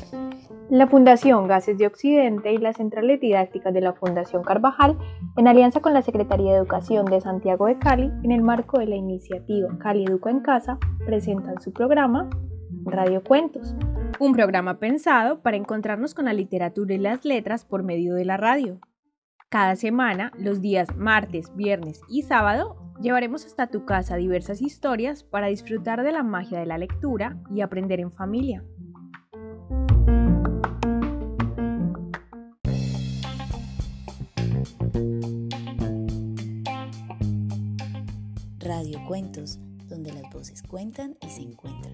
La Fundación Gases de Occidente y las centrales didácticas de la Fundación Carvajal, en alianza con la Secretaría de Educación de Santiago de Cali, en el marco de la iniciativa Cali Educa en Casa, presentan su programa Radio Cuentos. Un programa pensado para encontrarnos con la literatura y las letras por medio de la radio. Cada semana, los días martes, viernes y sábado, llevaremos hasta tu casa diversas historias para disfrutar de la magia de la lectura y aprender en familia. Radio Cuentos, donde las voces cuentan y se encuentran.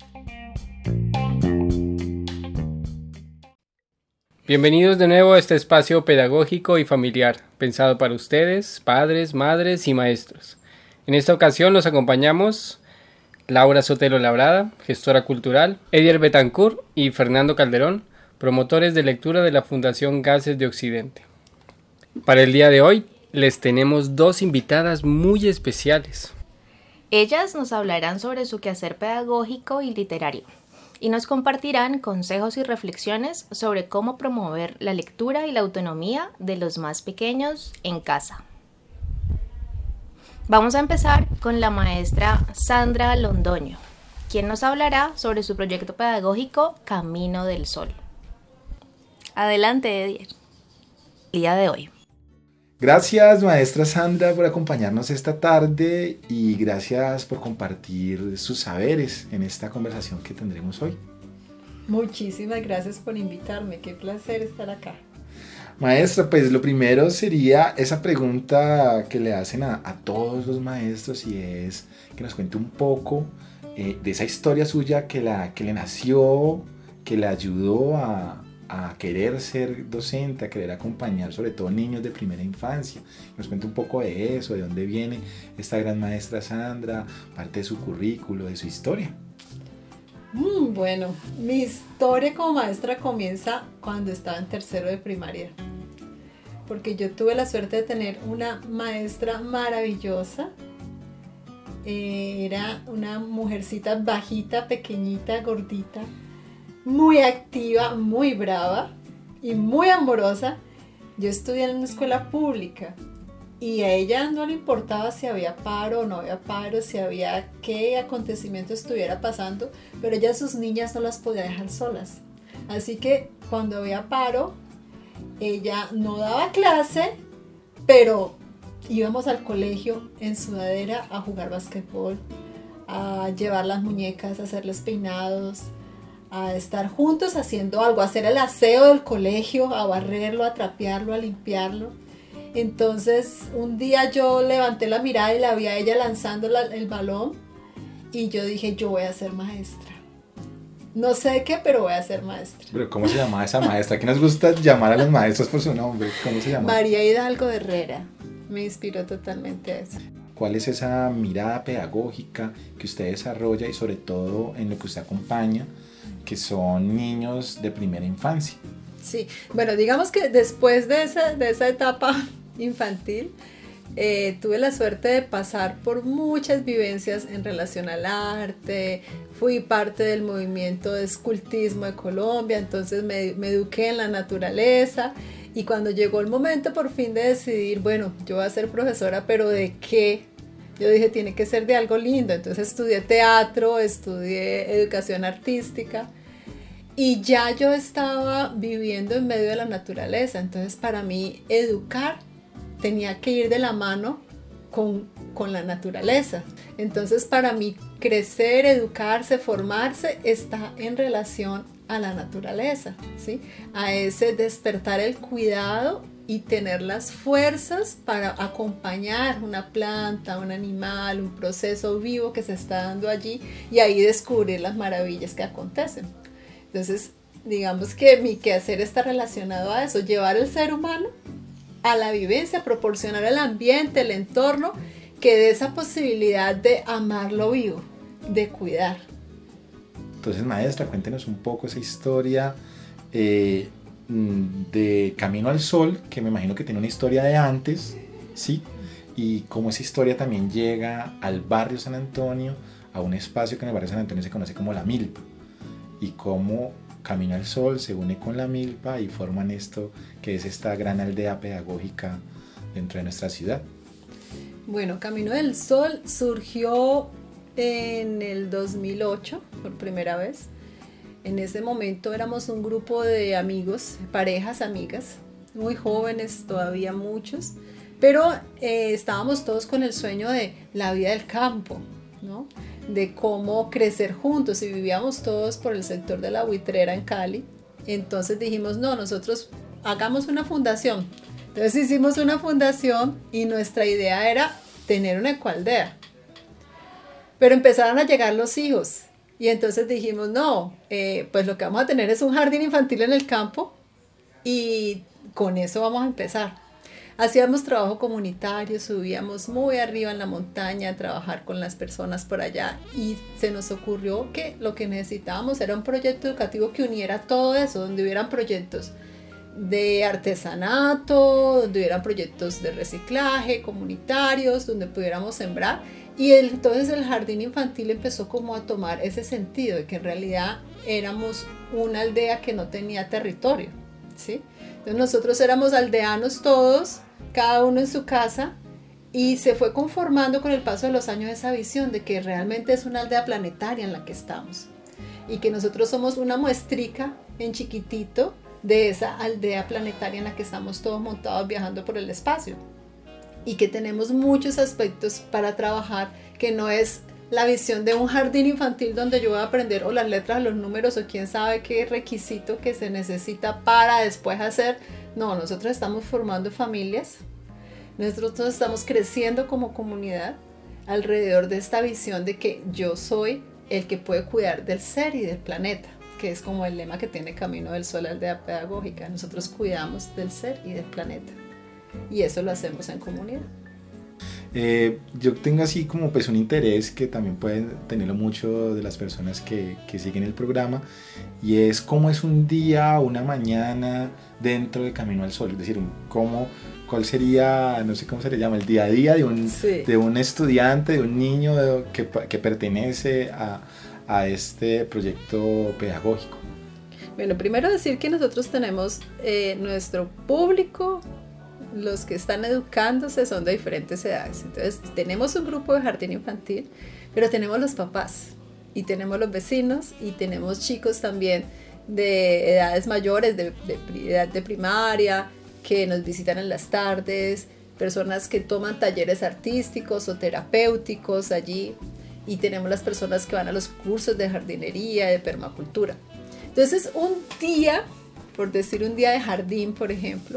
Bienvenidos de nuevo a este espacio pedagógico y familiar, pensado para ustedes, padres, madres y maestros. En esta ocasión los acompañamos Laura Sotelo Labrada, gestora cultural, Edier Betancourt y Fernando Calderón, promotores de lectura de la Fundación Gases de Occidente. Para el día de hoy les tenemos dos invitadas muy especiales. Ellas nos hablarán sobre su quehacer pedagógico y literario y nos compartirán consejos y reflexiones sobre cómo promover la lectura y la autonomía de los más pequeños en casa. Vamos a empezar con la maestra Sandra Londoño, quien nos hablará sobre su proyecto pedagógico Camino del Sol. Adelante, Edier. El día de hoy. Gracias, maestra Sandra, por acompañarnos esta tarde y gracias por compartir sus saberes en esta conversación que tendremos hoy. Muchísimas gracias por invitarme, qué placer estar acá. Maestra, pues lo primero sería esa pregunta que le hacen a todos los maestros y es que nos cuente un poco de esa historia suya que le nació, que le ayudó a querer ser docente, a querer acompañar sobre todo niños de primera infancia. Nos cuenta un poco de eso, de dónde viene esta gran maestra Sandra, parte de su currículo, de su historia. Bueno, mi historia como maestra comienza cuando estaba en tercero de primaria, porque yo tuve la suerte de tener una maestra maravillosa. Era una mujercita bajita, pequeñita, gordita, muy activa, muy brava y muy amorosa. Yo estudié en una escuela pública y a ella no le importaba si había paro o no había paro, si había qué acontecimiento estuviera pasando, pero ella a sus niñas no las podía dejar solas. Así que cuando había paro, ella no daba clase, pero íbamos al colegio en sudadera a jugar basquetbol, a llevar las muñecas, a hacerles peinados, a estar juntos haciendo algo, a hacer el aseo del colegio, a barrerlo, a trapearlo, a limpiarlo. Entonces un día yo levanté la mirada y la vi a ella lanzando el balón y yo dije, yo voy a ser maestra. No sé de qué, pero voy a ser maestra. Pero ¿cómo se llamaba esa maestra? ¿Qué nos gusta llamar a los maestros por su nombre? ¿Cómo se llama? María Hidalgo de Herrera. Me inspiró totalmente a eso. ¿Cuál es esa mirada pedagógica que usted desarrolla y sobre todo en lo que usted acompaña, que son niños de primera infancia? Sí, bueno, digamos que después de esa etapa infantil, tuve la suerte de pasar por muchas vivencias en relación al arte. Fui parte del movimiento de escultismo de Colombia, entonces me eduqué en la naturaleza. Y cuando llegó el momento por fin de decidir, bueno, yo voy a ser profesora, pero ¿de qué? Yo dije, tiene que ser de algo lindo. Entonces estudié teatro, estudié educación artística y ya yo estaba viviendo en medio de la naturaleza. Entonces para mí educar tenía que ir de la mano con la naturaleza. Entonces para mí crecer, educarse, formarse está en relación a la naturaleza, ¿sí? A ese despertar el cuidado y tener las fuerzas para acompañar una planta, un animal, un proceso vivo que se está dando allí y ahí descubrir las maravillas que acontecen. Entonces, digamos que mi quehacer está relacionado a eso, llevar el ser humano a la vivencia, proporcionar el ambiente, el entorno que dé esa posibilidad de amar lo vivo, de cuidar. Entonces, maestra, cuéntenos un poco esa historia de Camino al Sol, que me imagino que tiene una historia de antes, ¿sí? Y cómo esa historia también llega al barrio San Antonio, a un espacio que en el barrio San Antonio se conoce como La Milpa, y cómo Camino al Sol se une con la Milpa y forman esto que es esta gran aldea pedagógica dentro de nuestra ciudad. Bueno, Camino del Sol surgió en el 2008 por primera vez. En ese momento éramos un grupo de amigos, parejas, amigas, muy jóvenes, todavía muchos, pero estábamos todos con el sueño de la vida del campo, ¿no? De cómo crecer juntos, y vivíamos todos por el sector de la Buitrera en Cali. Entonces dijimos, no, nosotros hagamos una fundación. Entonces hicimos una fundación y nuestra idea era tener una ecoaldea. Pero empezaron a llegar los hijos y entonces dijimos, no, pues lo que vamos a tener es un jardín infantil en el campo y con eso vamos a empezar. Hacíamos trabajo comunitario, subíamos muy arriba en la montaña a trabajar con las personas por allá y se nos ocurrió que lo que necesitábamos era un proyecto educativo que uniera todo eso, donde hubieran proyectos de artesanato, donde hubieran proyectos de reciclaje, comunitarios, donde pudiéramos sembrar. Y entonces el jardín infantil empezó como a tomar ese sentido de que en realidad éramos una aldea que no tenía territorio, ¿sí? Entonces nosotros éramos aldeanos todos, cada uno en su casa, y se fue conformando con el paso de los años esa visión de que realmente es una aldea planetaria en la que estamos y que nosotros somos una muestrica en chiquitito de esa aldea planetaria en la que estamos todos montados viajando por el espacio y que tenemos muchos aspectos para trabajar, que no es la visión de un jardín infantil donde yo voy a aprender o las letras, los números o quién sabe qué requisito que se necesita para después hacer. No, nosotros estamos formando familias, nosotros estamos creciendo como comunidad alrededor de esta visión de que yo soy el que puede cuidar del ser y del planeta, que es como el lema que tiene Camino del Sol, Aldea Pedagógica. Nosotros cuidamos del ser y del planeta y eso lo hacemos en comunidad. Yo tengo así como pues un interés que también pueden tenerlo mucho de las personas que siguen el programa, y es cómo es un día, una mañana dentro de Camino al Sol, es decir, cuál sería, no sé cómo se le llama, el día a día de un estudiante, de un niño que pertenece a este proyecto pedagógico. Bueno, primero decir que nosotros tenemos nuestro público. Los que están educándose son de diferentes edades. Entonces tenemos un grupo de jardín infantil, pero tenemos los papás y tenemos los vecinos y tenemos chicos también de edades mayores, de edad de primaria, que nos visitan en las tardes, personas que toman talleres artísticos o terapéuticos allí, y tenemos las personas que van a los cursos de jardinería, de permacultura. Entonces un día, por decir un día de jardín, por ejemplo,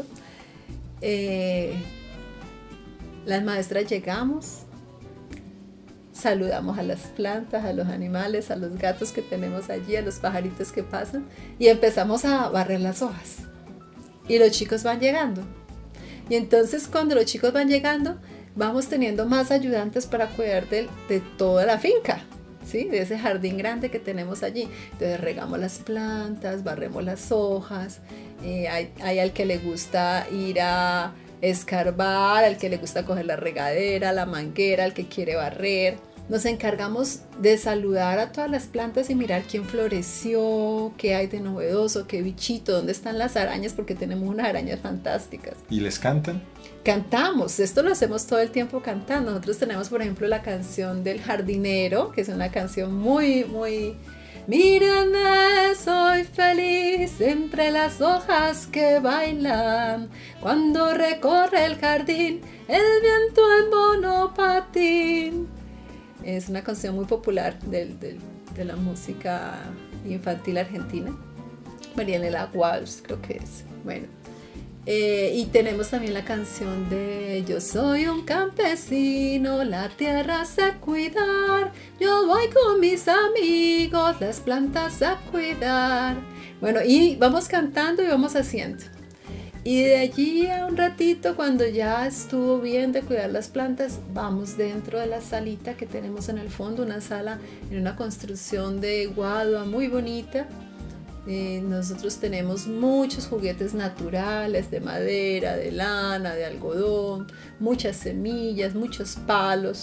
las maestras llegamos, saludamos a las plantas, a los animales, a los gatos que tenemos allí, a los pajaritos que pasan, y empezamos a barrer las hojas y los chicos van llegando, y entonces cuando los chicos van llegando vamos teniendo más ayudantes para cuidar de toda la finca, ¿sí? De ese jardín grande que tenemos allí. Entonces regamos las plantas, barremos las hojas, hay al que le gusta ir a escarbar, al que le gusta coger la regadera, la manguera, al que quiere barrer. Nos encargamos de saludar a todas las plantas y mirar quién floreció, qué hay de novedoso, qué bichito, dónde están las arañas, porque tenemos unas arañas fantásticas. ¿Y les cantan? Cantamos, esto lo hacemos todo el tiempo cantando. Nosotros tenemos, por ejemplo, la canción del jardinero, que es una canción muy... Mírame, soy feliz entre las hojas que bailan, cuando recorre el jardín el viento en monopatín. Es una canción muy popular de la música infantil argentina. Marianela Walsh creo que es. Bueno, y tenemos también la canción de Yo soy un campesino, la tierra sé cuidar, yo voy con mis amigos las plantas a cuidar. Bueno, y vamos cantando y vamos haciendo. Y de allí a un ratito, cuando ya estuvo bien de cuidar las plantas, vamos dentro de la salita que tenemos en el fondo, una sala en una construcción de guadua muy bonita. Nosotros tenemos muchos juguetes naturales, de madera, de lana, de algodón, muchas semillas, muchos palos,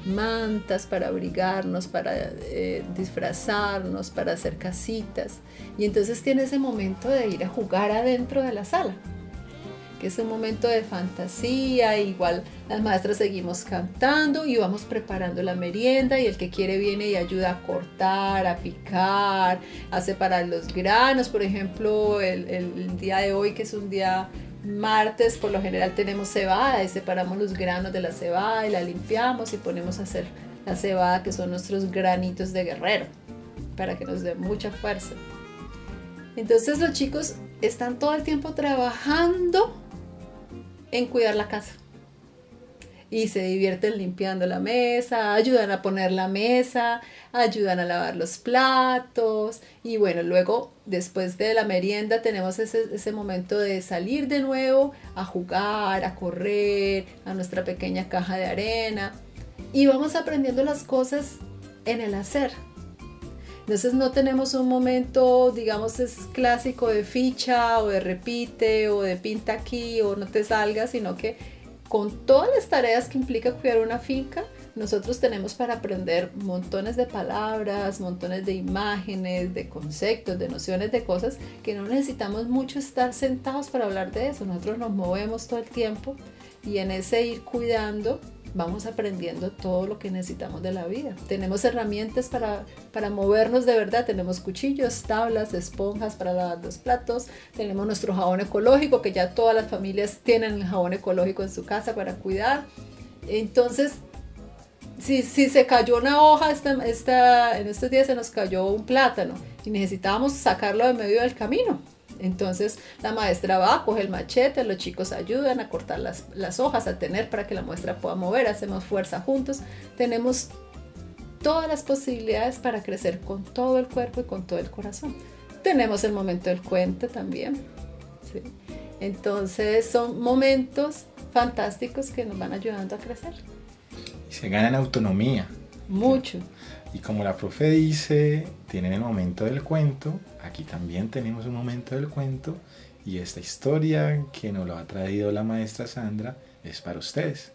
mantas para abrigarnos, para disfrazarnos, para hacer casitas. Y entonces tiene ese momento de ir a jugar adentro de la sala, que es un momento de fantasía. Igual las maestras seguimos cantando y vamos preparando la merienda, y el que quiere viene y ayuda a cortar, a picar, a separar los granos. Por ejemplo, el día de hoy, que es un día martes, por lo general tenemos cebada y separamos los granos de la cebada y la limpiamos y ponemos a hacer la cebada, que son nuestros granitos de guerrero, para que nos dé mucha fuerza. Entonces los chicos están todo el tiempo trabajando en cuidar la casa y se divierten limpiando la mesa, ayudan a poner la mesa, ayudan a lavar los platos. Y bueno, luego después de la merienda tenemos ese momento de salir de nuevo a jugar, a correr a nuestra pequeña caja de arena, y vamos aprendiendo las cosas en el hacer. Entonces no tenemos un momento, digamos, es clásico de ficha o de repite o de pinta aquí o no te salgas, sino que con todas las tareas que implica cuidar una finca, nosotros tenemos para aprender montones de palabras, montones de imágenes, de conceptos, de nociones, de cosas que no necesitamos mucho estar sentados para hablar de eso. Nosotros nos movemos todo el tiempo y en ese ir cuidando vamos aprendiendo todo lo que necesitamos de la vida. Tenemos herramientas para movernos de verdad. Tenemos cuchillos, tablas, esponjas para lavar los platos. Tenemos nuestro jabón ecológico, que ya todas las familias tienen el jabón ecológico en su casa para cuidar. Entonces, si se cayó una hoja, en estos días se nos cayó un plátano y necesitábamos sacarlo de medio del camino. Entonces la maestra va, coge el machete, los chicos ayudan a cortar las hojas, a tener para que la maestra pueda mover, hacemos fuerza juntos. Tenemos todas las posibilidades para crecer con todo el cuerpo y con todo el corazón. Tenemos el momento del cuento también, ¿sí? Entonces son momentos fantásticos que nos van ayudando a crecer. Y se ganan autonomía. Mucho. Y como la profe dice, tienen el momento del cuento. Aquí también tenemos un momento del cuento, y esta historia que nos lo ha traído la maestra Sandra es para ustedes.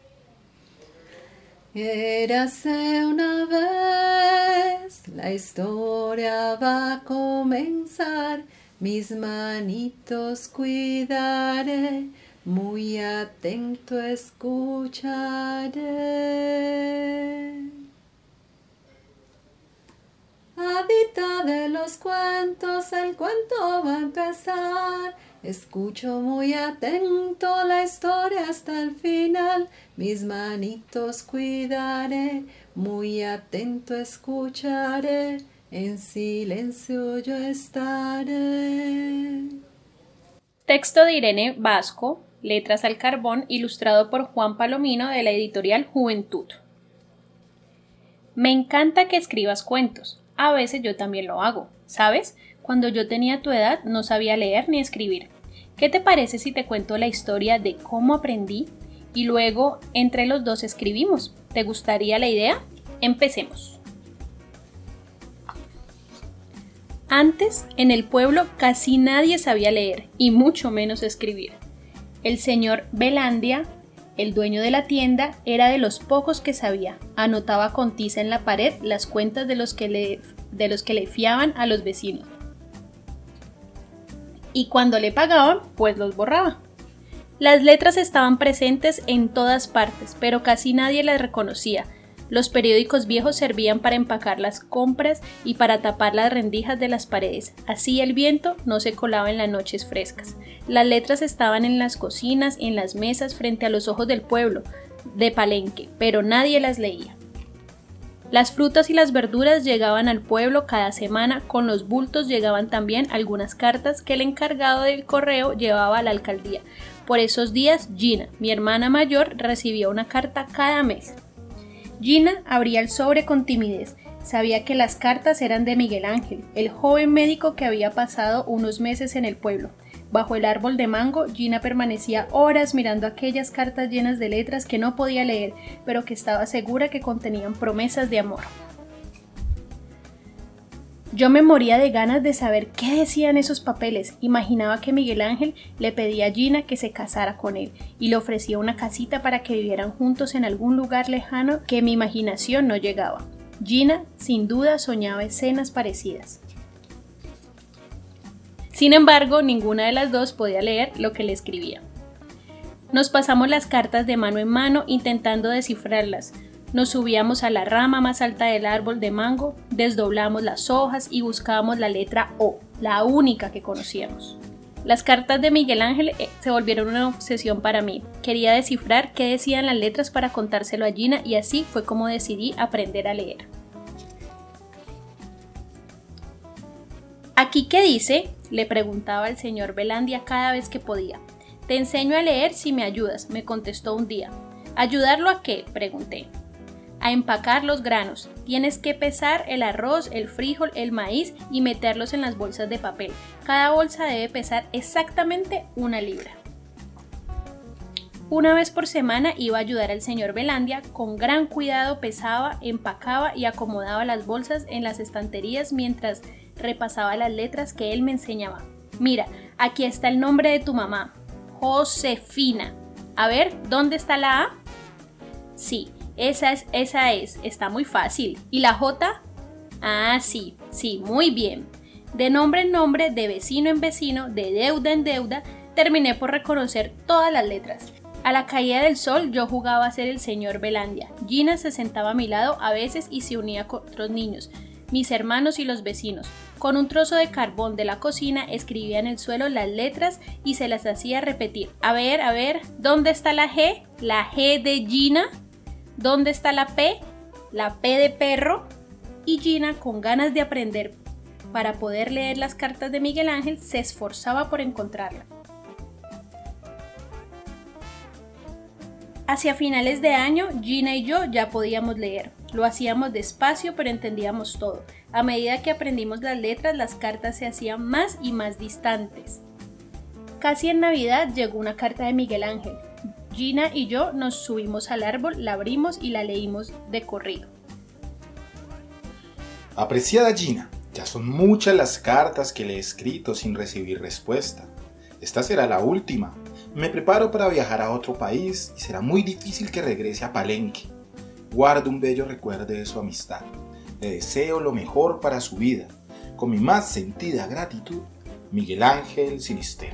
Érase una vez, la historia va a comenzar, mis manitos cuidaré, muy atento escucharé. Adita de los cuentos, el cuento va a empezar. Escucho muy atento la historia hasta el final. Mis manitos cuidaré, muy atento escucharé. En silencio yo estaré. Texto de Irene Vasco, letras al carbón, ilustrado por Juan Palomino de la editorial Juventud. Me encanta que escribas cuentos. A veces yo también lo hago, ¿sabes? Cuando yo tenía tu edad no sabía leer ni escribir. ¿Qué te parece si te cuento la historia de cómo aprendí y luego entre los dos escribimos? ¿Te gustaría la idea? Empecemos. Antes, en el pueblo casi nadie sabía leer y mucho menos escribir. El señor Belandia, el dueño de la tienda, era de los pocos que sabía. Anotaba con tiza en la pared las cuentas de los que le fiaban a los vecinos. Y cuando le pagaban, pues los borraba. Las letras estaban presentes en todas partes, pero casi nadie las reconocía. Los periódicos viejos servían para empacar las compras y para tapar las rendijas de las paredes. Así el viento no se colaba en las noches frescas. Las letras estaban en las cocinas y en las mesas frente a los ojos del pueblo de Palenque, pero nadie las leía. Las frutas y las verduras llegaban al pueblo cada semana. Con los bultos llegaban también algunas cartas que el encargado del correo llevaba a la alcaldía. Por esos días, Gina, mi hermana mayor, recibía una carta cada mes. Gina abría el sobre con timidez. Sabía que las cartas eran de Miguel Ángel, el joven médico que había pasado unos meses en el pueblo. Bajo el árbol de mango, Gina permanecía horas mirando aquellas cartas llenas de letras que no podía leer, pero que estaba segura que contenían promesas de amor. Yo me moría de ganas de saber qué decían esos papeles. Imaginaba que Miguel Ángel le pedía a Gina que se casara con él y le ofrecía una casita para que vivieran juntos en algún lugar lejano que mi imaginación no llegaba. Gina, sin duda, soñaba escenas parecidas. Sin embargo, ninguna de las dos podía leer lo que le escribía. Nos pasamos las cartas de mano en mano intentando descifrarlas. Nos subíamos a la rama más alta del árbol de mango, desdoblamos las hojas y buscábamos la letra O, la única que conocíamos. Las cartas de Miguel Ángel se volvieron una obsesión para mí. Quería descifrar qué decían las letras para contárselo a Gina y así fue como decidí aprender a leer. ¿Aquí qué dice?, le preguntaba el señor Velandia cada vez que podía. Te enseño a leer si me ayudas, me contestó un día. ¿Ayudarlo a qué?, pregunté. A empacar los granos. Tienes que pesar el arroz, el frijol, el maíz y meterlos en las bolsas de papel. Cada bolsa debe pesar exactamente 1 libra. Una vez por semana iba a ayudar al señor Velandia. Con gran cuidado pesaba, empacaba y acomodaba las bolsas en las estanterías mientras repasaba las letras que él me enseñaba. Mira, aquí está el nombre de tu mamá, Josefina. A ver, ¿dónde está la A? Sí. Esa es, está muy fácil. ¿Y la J? Ah, sí, muy bien. De nombre en nombre, de vecino en vecino, de deuda en deuda, terminé por reconocer todas las letras. A la caída del sol yo jugaba a ser el señor Velandia. Gina se sentaba a mi lado a veces y se unía con otros niños, mis hermanos y los vecinos. Con un trozo de carbón de la cocina escribía en el suelo las letras y se las hacía repetir. A ver, ¿dónde está la G? La G de Gina. ¿Dónde está la P? La P de perro. Y Gina, con ganas de aprender para poder leer las cartas de Miguel Ángel, se esforzaba por encontrarla. Hacia finales de año, Gina y yo ya podíamos leer. Lo hacíamos despacio, pero entendíamos todo. A medida que aprendimos las letras, las cartas se hacían más y más distantes. Casi en Navidad llegó una carta de Miguel Ángel. Gina y yo nos subimos al árbol, la abrimos y la leímos de corrido. Apreciada Gina, ya son muchas las cartas que le he escrito sin recibir respuesta. Esta será la última. Me preparo para viajar a otro país y será muy difícil que regrese a Palenque. Guardo un bello recuerdo de su amistad. Le deseo lo mejor para su vida. Con mi más sentida gratitud, Miguel Ángel Sinisterra.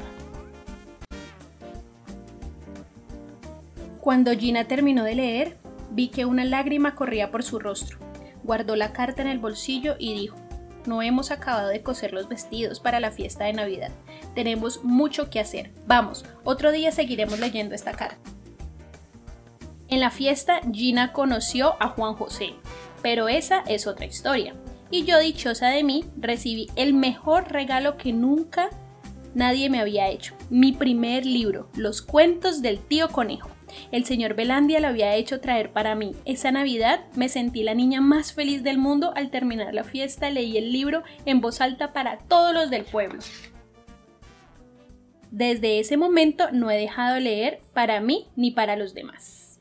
Cuando Gina terminó de leer, vi que una lágrima corría por su rostro. Guardó la carta en el bolsillo y dijo: no hemos acabado de coser los vestidos para la fiesta de Navidad. Tenemos mucho que hacer. Vamos, otro día seguiremos leyendo esta carta. En la fiesta, Gina conoció a Juan José, pero esa es otra historia. Y yo, dichosa de mí, recibí el mejor regalo que nunca nadie me había hecho. Mi primer libro, Los cuentos del tío Conejo. El señor Velandia lo había hecho traer para mí. Esa Navidad me sentí la niña más feliz del mundo. Al terminar la fiesta leí el libro en voz alta para todos los del pueblo. Desde ese momento no he dejado de leer para mí ni para los demás.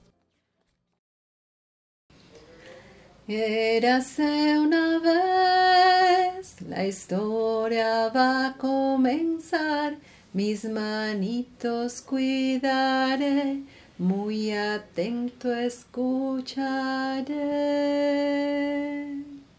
Érase una vez, la historia va a comenzar, mis manitos cuidaré, muy atento escucharé.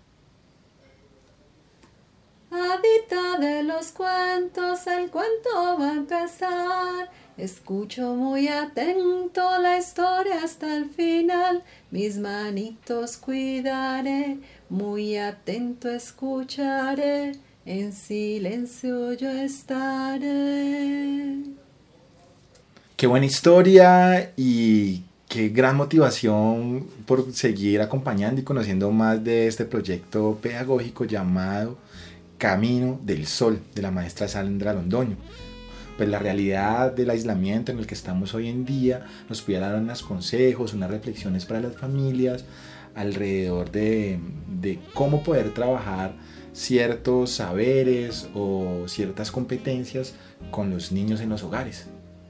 Adita de los cuentos, el cuento va a empezar. Escucho muy atento la historia hasta el final. Mis manitos cuidaré, muy atento escucharé. En silencio yo estaré. Qué buena historia y qué gran motivación por seguir acompañando y conociendo más de este proyecto pedagógico llamado Camino del Sol, de la maestra Sandra Londoño. Pues la realidad del aislamiento en el que estamos hoy en día nos puede dar unos consejos, unas reflexiones para las familias alrededor de cómo poder trabajar ciertos saberes o ciertas competencias con los niños en los hogares.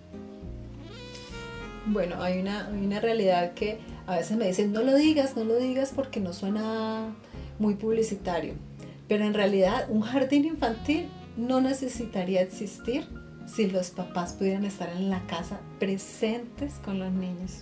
Bueno, hay una realidad que a veces me dicen no lo digas porque no suena muy publicitario. Pero en realidad un jardín infantil no necesitaría existir si los papás pudieran estar en la casa presentes con los niños.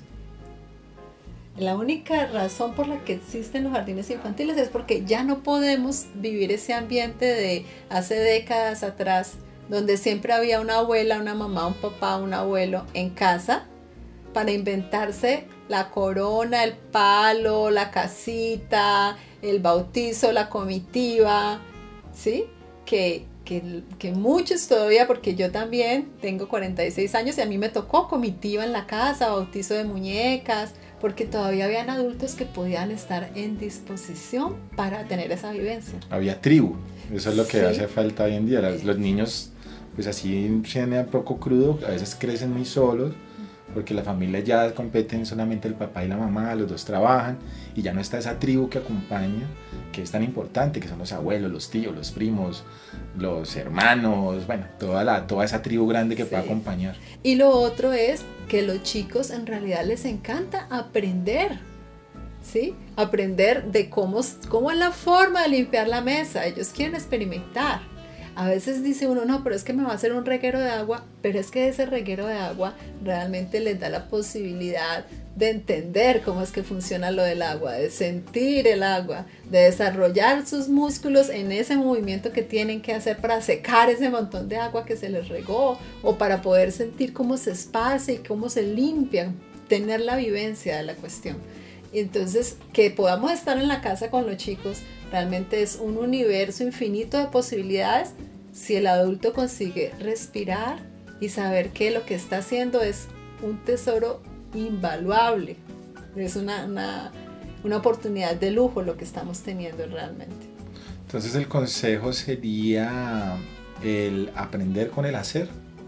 La única razón por la que existen los jardines infantiles es porque ya no podemos vivir ese ambiente de hace décadas atrás, donde siempre había una abuela, una mamá, un papá, un abuelo en casa para inventarse la corona, el palo, la casita, el bautizo, la comitiva, ¿sí? Que muchos todavía, porque yo también tengo 46 años y a mí me tocó comitiva en la casa, bautizo de muñecas, porque todavía habían adultos que podían estar en disposición para tener esa vivencia. Había tribu, eso es lo que Sí. hace falta hoy en día. Los niños, pues así suena un poco crudo, a veces crecen muy solos, porque la familia ya competen solamente el papá y la mamá, los dos trabajan, y ya no está esa tribu que acompaña, que es tan importante, que son los abuelos, los tíos, los primos, los hermanos, bueno, toda esa tribu grande que Sí. puede acompañar. Y lo otro es que los chicos en realidad les encanta aprender, ¿sí? Aprender de cómo es la forma de limpiar la mesa. Ellos quieren experimentar. A veces dice uno, no, pero es que me va a hacer un reguero de agua, pero es que ese reguero de agua realmente les da la posibilidad de entender cómo es que funciona lo del agua, de sentir el agua, de desarrollar sus músculos en ese movimiento que tienen que hacer para secar ese montón de agua que se les regó, o para poder sentir cómo se esparce y cómo se limpia, tener la vivencia de la cuestión. Entonces, que podamos estar en la casa con los chicos realmente es un universo infinito de posibilidades si el adulto consigue respirar y saber que lo que está haciendo es un tesoro invaluable. Es una oportunidad de lujo lo que estamos teniendo realmente. Entonces el consejo sería el aprender con el hacer.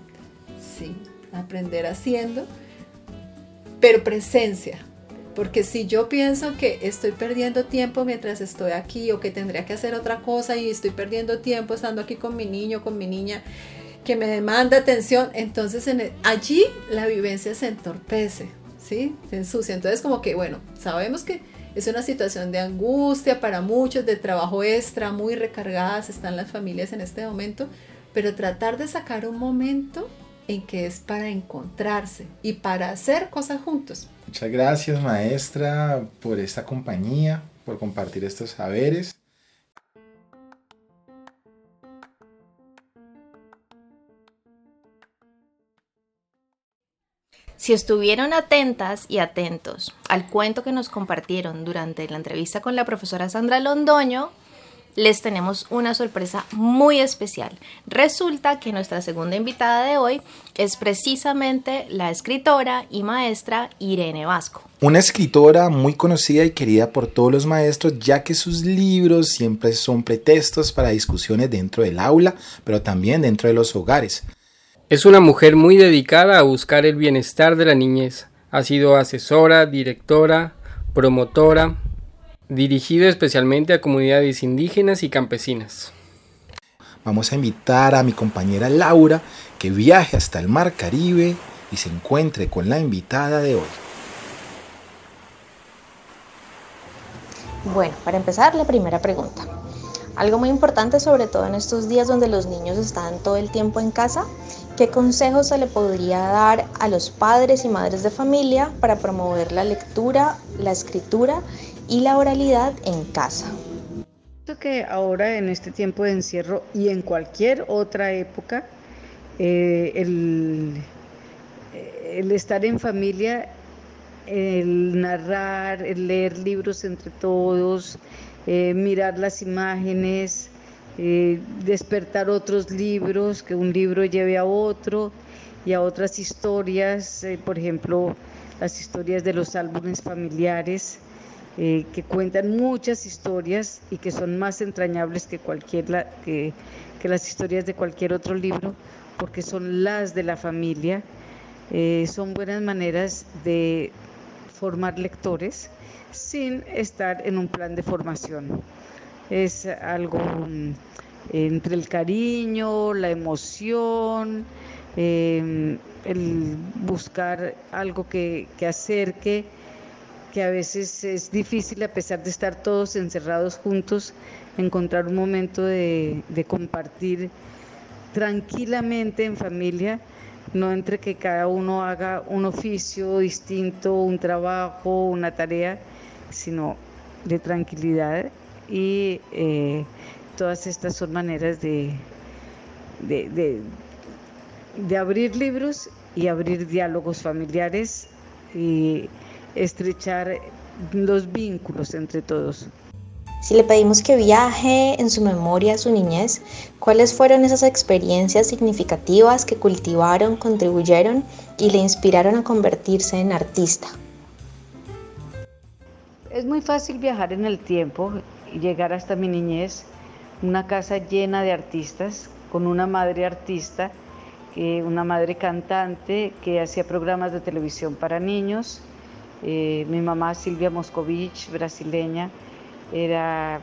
Sí, aprender haciendo, pero presencia. Porque si yo pienso que estoy perdiendo tiempo mientras estoy aquí, o que tendría que hacer otra cosa y estoy perdiendo tiempo estando aquí con mi niño, con mi niña, que me demanda atención, entonces allí la vivencia se entorpece, ¿sí? Se ensucia. Entonces como que, bueno, sabemos que es una situación de angustia para muchos, de trabajo extra, muy recargadas están las familias en este momento, pero tratar de sacar un momento en que es para encontrarse y para hacer cosas juntos. Muchas gracias, maestra, por esta compañía, por compartir estos saberes. Si estuvieron atentas y atentos al cuento que nos compartieron durante la entrevista con la profesora Sandra Londoño, les tenemos una sorpresa muy especial. Resulta que nuestra segunda invitada de hoy es precisamente la escritora y maestra Irene Vasco. Una escritora muy conocida y querida por todos los maestros, ya que sus libros siempre son pretextos para discusiones dentro del aula, pero también dentro de los hogares. Es una mujer muy dedicada a buscar el bienestar de la niñez. Ha sido asesora, directora, promotora, dirigido especialmente a comunidades indígenas y campesinas. Vamos a invitar a mi compañera Laura que viaje hasta el Mar Caribe y se encuentre con la invitada de hoy. Bueno, para empezar, la primera pregunta. Algo muy importante, sobre todo en estos días donde los niños están todo el tiempo en casa, ¿qué consejos se le podría dar a los padres y madres de familia para promover la lectura, la escritura y la oralidad en casa? Creo que ahora en este tiempo de encierro y en cualquier otra época, el estar en familia, el narrar, el leer libros entre todos, mirar las imágenes, despertar otros libros, que un libro lleve a otro y a otras historias, por ejemplo, las historias de los álbumes familiares, que cuentan muchas historias y que son más entrañables que las historias de cualquier otro libro, porque son las de la familia. Son buenas maneras de formar lectores sin estar en un plan de formación. Es algo entre el cariño, la emoción, el buscar algo que acerque, que a veces es difícil a pesar de estar todos encerrados juntos, encontrar un momento de compartir tranquilamente en familia, no entre que cada uno haga un oficio distinto, un trabajo, una tarea, sino de tranquilidad. Y todas estas son maneras de abrir libros y abrir diálogos familiares y estrechar los vínculos entre todos. Si le pedimos que viaje en su memoria a su niñez, ¿cuáles fueron esas experiencias significativas que cultivaron, contribuyeron y le inspiraron a convertirse en artista? Es muy fácil viajar en el tiempo y llegar hasta mi niñez, una casa llena de artistas, con una madre artista, una madre cantante que hacía programas de televisión para niños. Mi mamá Silvia Moscovich, brasileña, era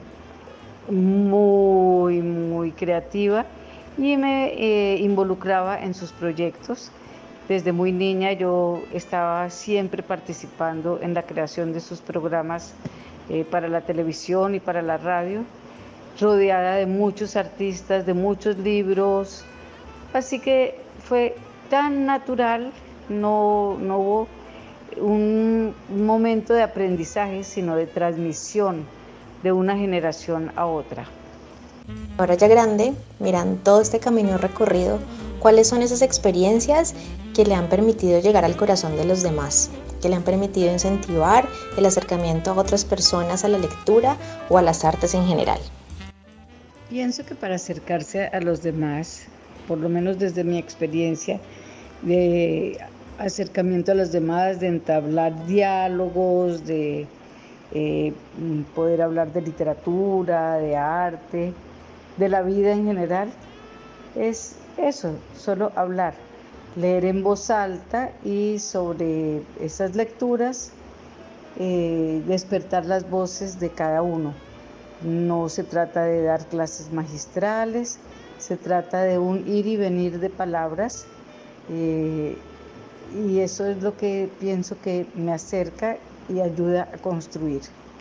muy creativa y me involucraba en sus proyectos. Desde muy niña yo estaba siempre participando en la creación de sus programas para la televisión y para la radio, rodeada de muchos artistas, de muchos libros, así que fue tan natural, no hubo un momento de aprendizaje, sino de transmisión de una generación a otra. Ahora ya grande, mirando todo este camino recorrido, ¿cuáles son esas experiencias que le han permitido llegar al corazón de los demás? Que le han permitido incentivar el acercamiento a otras personas a la lectura o a las artes en general. Pienso que para acercarse a los demás, por lo menos desde mi experiencia de acercamiento a los demás, de entablar diálogos, de poder hablar de literatura, de arte, de la vida en general, es eso, solo hablar, leer en voz alta y sobre esas lecturas despertar las voces de cada uno. No se trata de dar clases magistrales, se trata de un ir y venir de palabras y eso es lo que pienso que me acerca y ayuda a construir.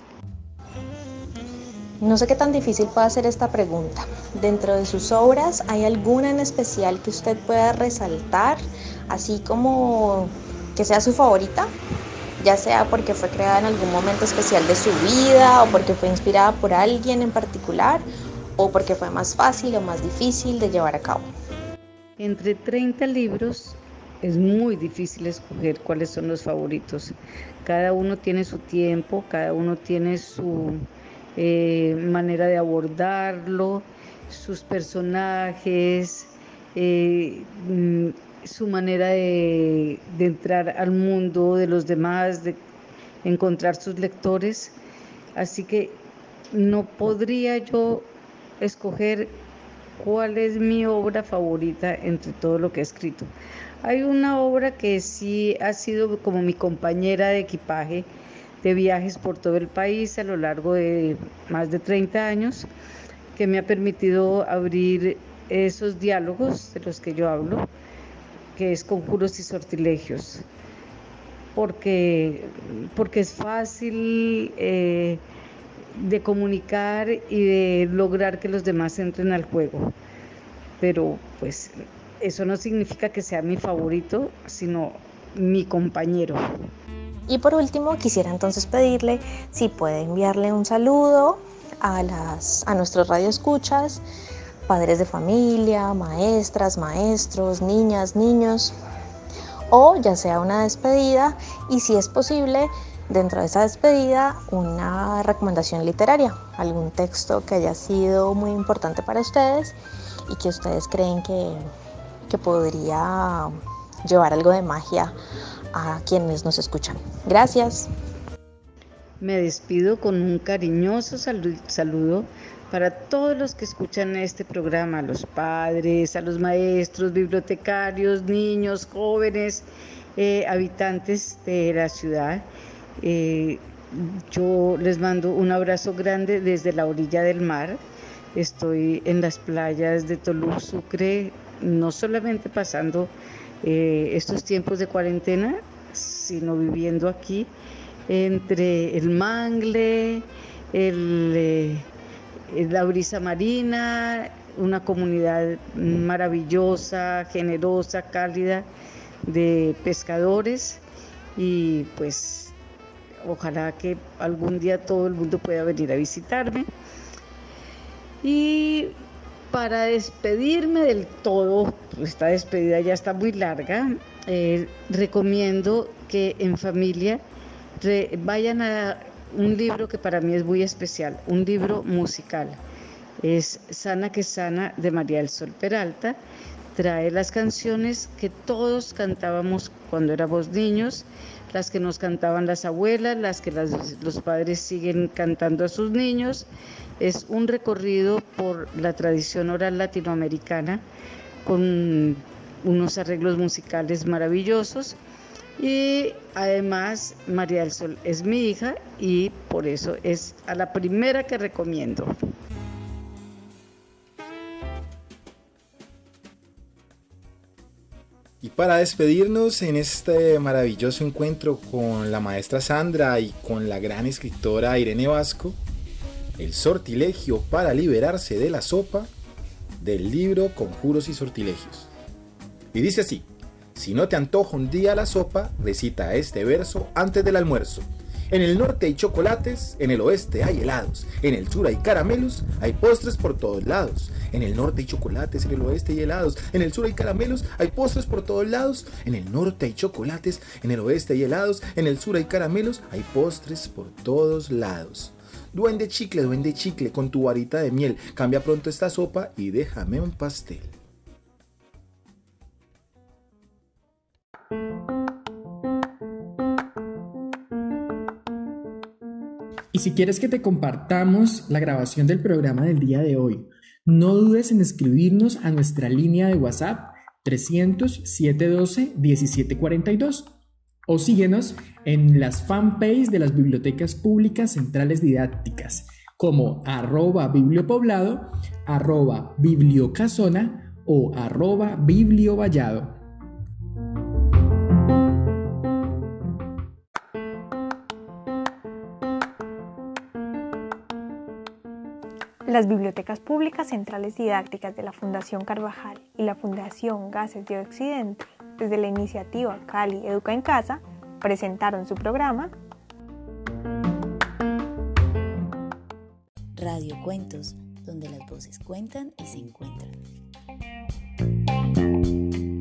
No sé qué tan difícil puede ser esta pregunta. Dentro de sus obras, ¿hay alguna en especial que usted pueda resaltar, así como que sea su favorita? Ya sea porque fue creada en algún momento especial de su vida, o porque fue inspirada por alguien en particular, o porque fue más fácil o más difícil de llevar a cabo. Entre 30 libros es muy difícil escoger cuáles son los favoritos. Cada uno tiene su tiempo, cada uno tiene su manera de abordarlo, sus personajes, su manera de entrar al mundo de los demás, de encontrar sus lectores. Así que no podría yo escoger cuál es mi obra favorita entre todo lo que he escrito. Hay una obra que sí ha sido como mi compañera de equipaje de viajes por todo el país a lo largo de más de 30 años, que me ha permitido abrir esos diálogos de los que yo hablo, que es Conjuros y Sortilegios, porque es fácil de comunicar y de lograr que los demás entren al juego, pero pues eso no significa que sea mi favorito, sino mi compañero. Y por último, quisiera entonces pedirle si puede enviarle un saludo a nuestros radioescuchas, padres de familia, maestras, maestros, niñas, niños, o ya sea una despedida y si es posible, dentro de esa despedida, una recomendación literaria, algún texto que haya sido muy importante para ustedes y que ustedes creen que podría llevar algo de magia a quienes nos escuchan. Gracias. Me despido con un cariñoso saludo para todos los que escuchan este programa, a los padres, a los maestros, bibliotecarios, niños, jóvenes, habitantes de la ciudad. Yo les mando un abrazo grande desde la orilla del mar. Estoy en las playas de Tolú, Sucre, no solamente pasando estos tiempos de cuarentena, sino viviendo aquí entre el mangle, La Brisa Marina, una comunidad maravillosa, generosa, cálida de pescadores, y pues ojalá que algún día todo el mundo pueda venir a visitarme. Y para despedirme del todo, esta despedida ya está muy larga, recomiendo que en familia vayan a un libro que para mí es muy especial, un libro musical. Es Sana que Sana, de María del Sol Peralta. Trae las canciones que todos cantábamos cuando éramos niños, las que nos cantaban las abuelas, las que los padres siguen cantando a sus niños. Es un recorrido por la tradición oral latinoamericana con unos arreglos musicales maravillosos. Y además María del Sol es mi hija y por eso es a la primera que recomiendo. Y para despedirnos en este maravilloso encuentro con la maestra Sandra y con la gran escritora Irene Vasco, el sortilegio para liberarse de la sopa, del libro Conjuros y Sortilegios. Y dice así: si no te antoja un día la sopa, recita este verso antes del almuerzo. En el norte hay chocolates, en el oeste hay helados, en el sur hay caramelos, hay postres por todos lados. En el norte hay chocolates, en el oeste hay helados, en el sur hay caramelos, hay postres por todos lados. En el norte hay chocolates, en el oeste hay helados, en el sur hay caramelos, hay postres por todos lados. Duende chicle, con tu varita de miel, cambia pronto esta sopa y déjame un pastel. Y si quieres que te compartamos la grabación del programa del día de hoy, no dudes en escribirnos a nuestra línea de WhatsApp 300-712-1742 o síguenos en las fanpages de las bibliotecas públicas centrales didácticas como @bibliopoblado, @bibliocasona o @bibliovallado. Las bibliotecas públicas centrales didácticas de la Fundación Carvajal y la Fundación Gases de Occidente, desde la iniciativa Cali Educa en Casa, presentaron su programa Radio Cuentos, donde las voces cuentan y se encuentran.